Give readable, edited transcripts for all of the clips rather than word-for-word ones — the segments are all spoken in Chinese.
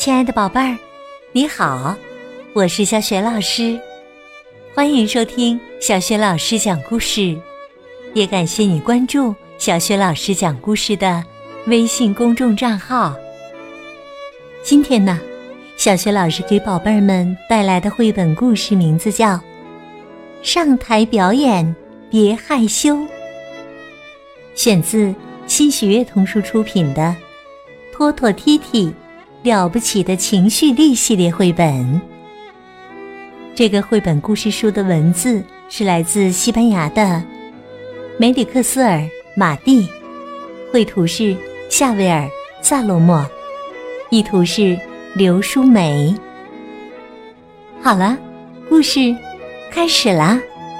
亲爱的宝贝儿，你好，我是小雪老师，欢迎收听小雪老师讲故事，也感谢你关注小雪老师讲故事的微信公众账号。今天呢，小雪老师给宝贝儿们带来的绘本故事名字叫《上台表演别害羞》，选自新喜悦童书出品的《托托踢踢了不起的情绪力》系列绘本。这个绘本故事书的文字是来自西班牙的梅里克斯尔·马蒂，绘图是夏维尔·萨罗莫，译图是刘淑梅。好了，故事开始啦！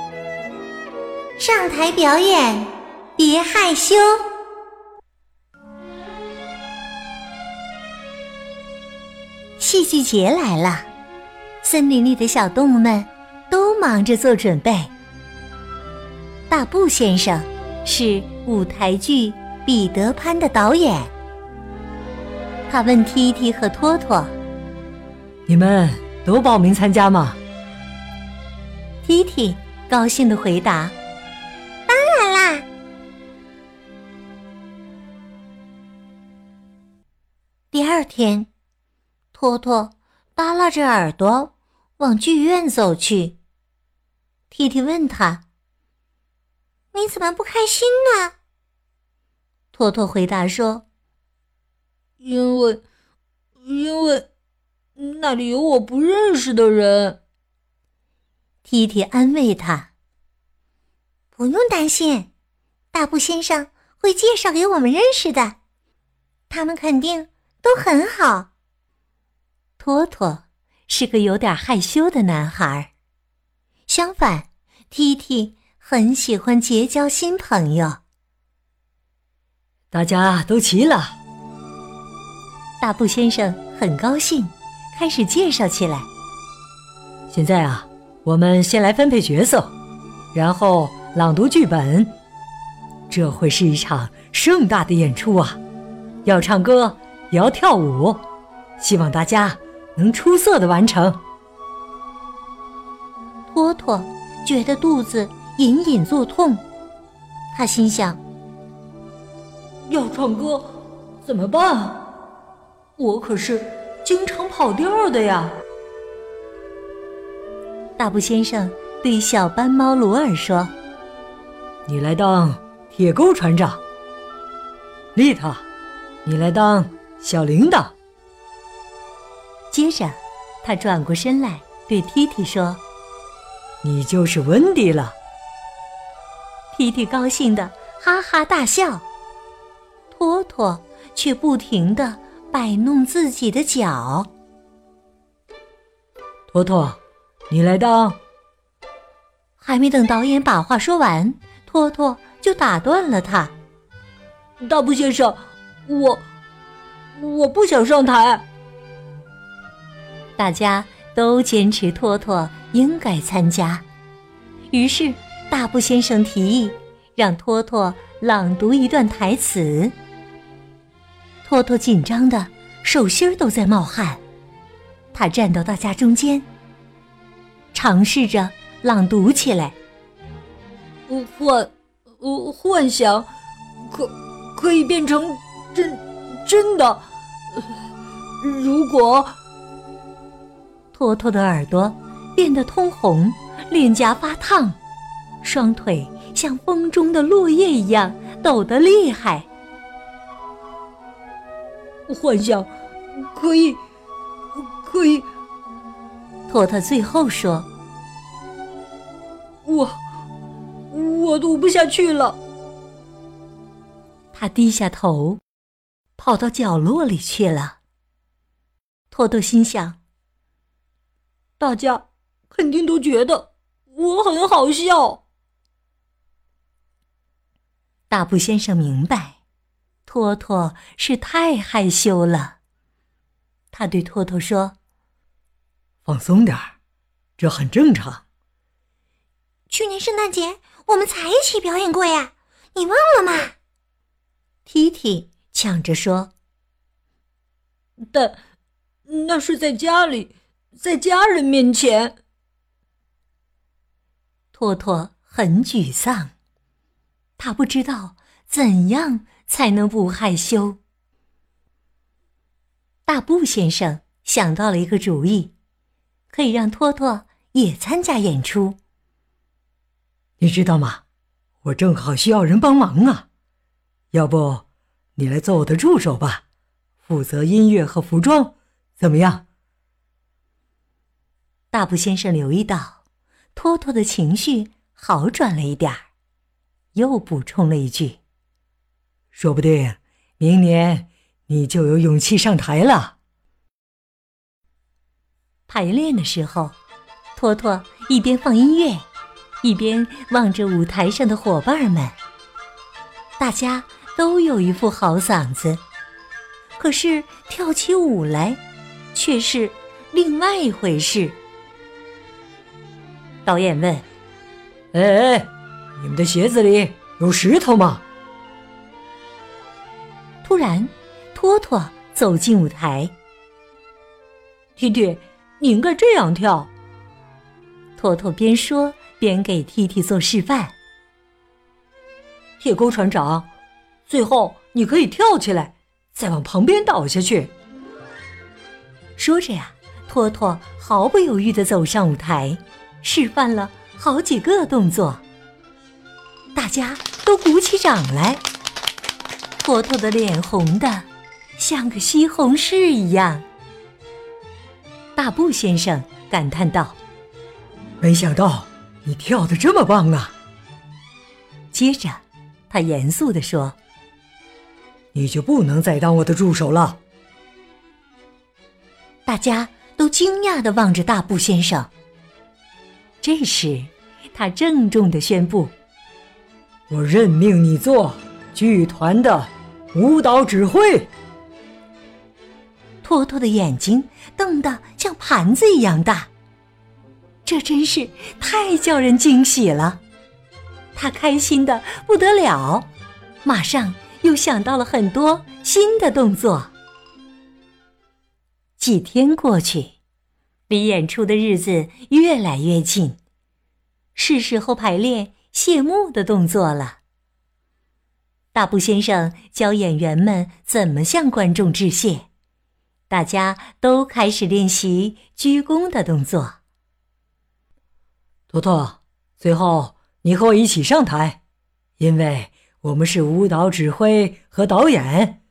上台表演，别害羞。戏剧节来了，森林里的小动物们都忙着做准备。大布先生是舞台剧《彼得潘》的导演，他问踢踢和托托：“ 你们都报名参加吗？” 踢踢高兴地回答：“当然啦！”第二天，托托耷拉着耳朵往剧院走去。踢踢问他：“你怎么不开心呢？”托托回答说：“ 因为那里有我不认识的人。” 踢踢安慰他：“不用担心，大布先生会介绍给我们认识的，他们肯定都很好。” 托托是个有点害羞的男孩， 相反，踢踢很喜欢结交新朋友。 大家都齐了。 大布先生很高兴，开始介绍起来。 现在啊，我们先来分配角色，然后朗读剧本。这会是一场盛大的演出啊，要唱歌，也要跳舞，希望大家能出色地完成。 托托觉得肚子隐隐作痛，他心想： 要唱歌怎么办？我可是经常跑调的呀。 大布先生对小斑猫罗尔说：“ 你来当铁钩船长。丽塔，你来当小铃铛。” 接着他转过身来对踢踢说：“ 你就是温迪了。” 踢踢高兴地哈哈大笑， 托托却不停地摆弄自己的脚。 托托，你来当…… 还没等导演把话说完，托托就打断了他：“ 大布先生，我不想上台。” 大家都坚持托托应该参加，于是大布先生提议让托托朗读一段台词。托托紧张的手心都在冒汗，他站到大家中间，尝试着朗读起来。 幻想可以变成真的。如果…… 托托的耳朵变得通红，脸颊发烫，双腿像风中的落叶一样抖得厉害。 幻想可以…… 托托最后说：“ 我读不下去了。” 他低下头，跑到角落里去了。托托心想： 大家肯定都觉得我很好笑。 大布先生明白，托托是太害羞了。他对托托说：“ 放松点儿，这很正常。 去年圣诞节我们才一起表演过呀，你忘了吗？” 踢踢抢着说：“ 那是在家里，在家人面前。 托托很沮丧，他不知道怎样才能不害羞。大布先生想到了一个主意，可以让托托也参加演出。 你知道吗？我正好需要人帮忙啊，要不你来做我的助手吧，负责音乐和服装，怎么样？ 大布先生留意到托托的情绪好转了一点儿，又补充了一句： 说不定明年你就有勇气上台了。 排练的时候，托托一边放音乐，一边望着舞台上的伙伴们。大家都有一副好嗓子，可是跳起舞来却是另外一回事。导演问： 哎，你们的鞋子里有石头吗？ 突然，托托走进舞台。 提提，你应该这样跳。 托托边说边给提提做示范。 铁钩船长，最后你可以跳起来，再往旁边倒下去。 说着呀，托托毫不犹豫地走上舞台，示范了好几个动作。大家都鼓起掌来，托托的脸红得像个西红柿一样。大布先生感叹道： 没想到你跳得这么棒啊！ 接着他严肃地说： 你就不能再当我的助手了。 大家都惊讶地望着大布先生。这时他郑重地宣布： 我任命你做剧团的舞蹈指挥。 托托的眼睛瞪得像盘子一样大，这真是太叫人惊喜了。他开心得不得了，马上又想到了很多新的动作。几天过去，离演出的日子越来越近，是时候排练谢幕的动作了。大布先生教演员们怎么向观众致谢，大家都开始练习鞠躬的动作。 托托，最后你和我一起上台，因为我们是舞蹈指挥和导演。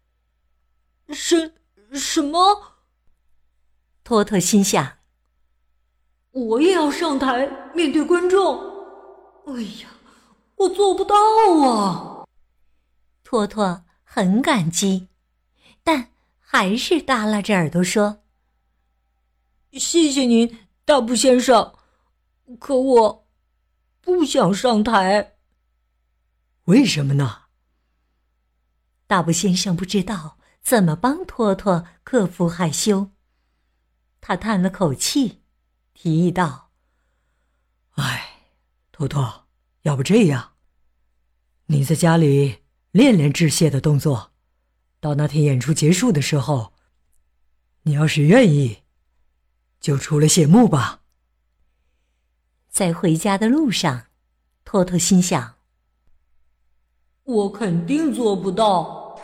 什么？ 托托心想， 我也要上台面对观众。哎呀，我做不到啊！ 托托很感激，但还是耷拉着耳朵说： 谢谢您，大布先生，可我不想上台。 为什么呢？ 大布先生不知道怎么帮托托克服害羞，他叹了口气，提议道： 哎，托托，要不这样，你在家里练练致谢的动作，到那天演出结束的时候，你要是愿意，就出来谢幕吧。 在回家的路上，托托心想： 我肯定做不到。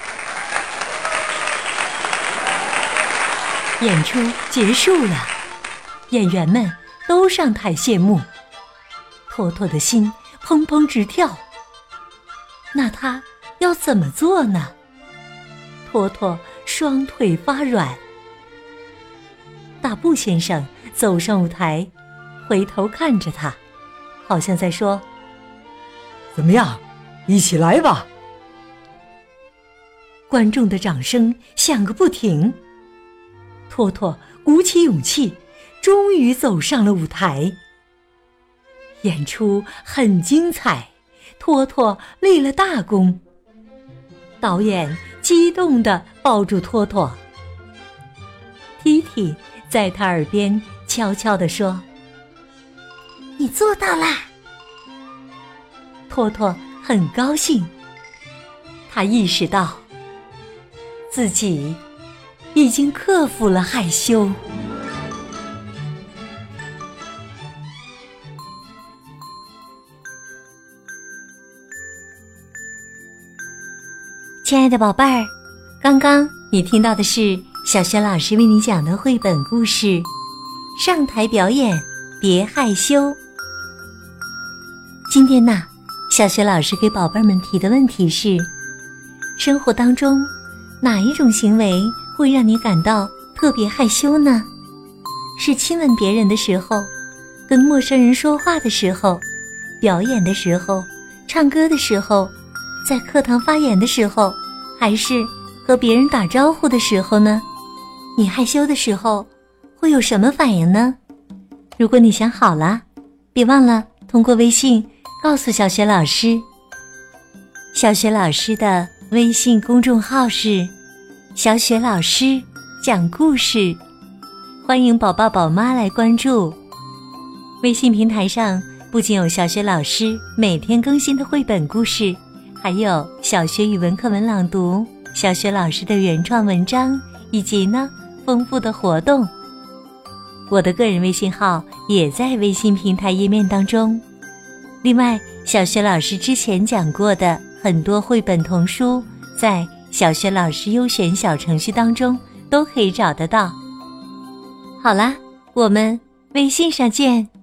演出结束了，演员们都上台谢幕。托托的心砰砰直跳，那他要怎么做呢？托托双腿发软。大布先生走上舞台，回头看着他，好像在说： 怎么样，一起来吧。 观众的掌声响个不停。托托鼓起勇气，终于走上了舞台。演出很精彩，托托立了大功。导演激动地抱住托托，提提在他耳边悄悄地说： 你做到啦！ 托托很高兴，他意识到自己已经克服了害羞。亲爱的宝贝儿，刚刚你听到的是小雪老师为你讲的绘本故事《上台表演别害羞》。今天呢，小雪老师给宝贝们提的问题是：生活当中哪一种行为会让你感到特别害羞呢？是亲吻别人的时候，跟陌生人说话的时候，表演的时候，唱歌的时候，在课堂发言的时候，还是和别人打招呼的时候呢？你害羞的时候会有什么反应呢？如果你想好了，别忘了通过微信告诉小雪老师。小雪老师的微信公众号是小雪老师讲故事，欢迎宝宝宝妈来关注。微信平台上不仅有小雪老师每天更新的绘本故事，还有小学语文课文朗读，小雪老师的原创文章，以及呢丰富的活动。我的个人微信号也在微信平台页面当中。另外，小雪老师之前讲过的很多绘本童书，在小雪老师优选小程序当中都可以找得到。好啦，我们微信上见。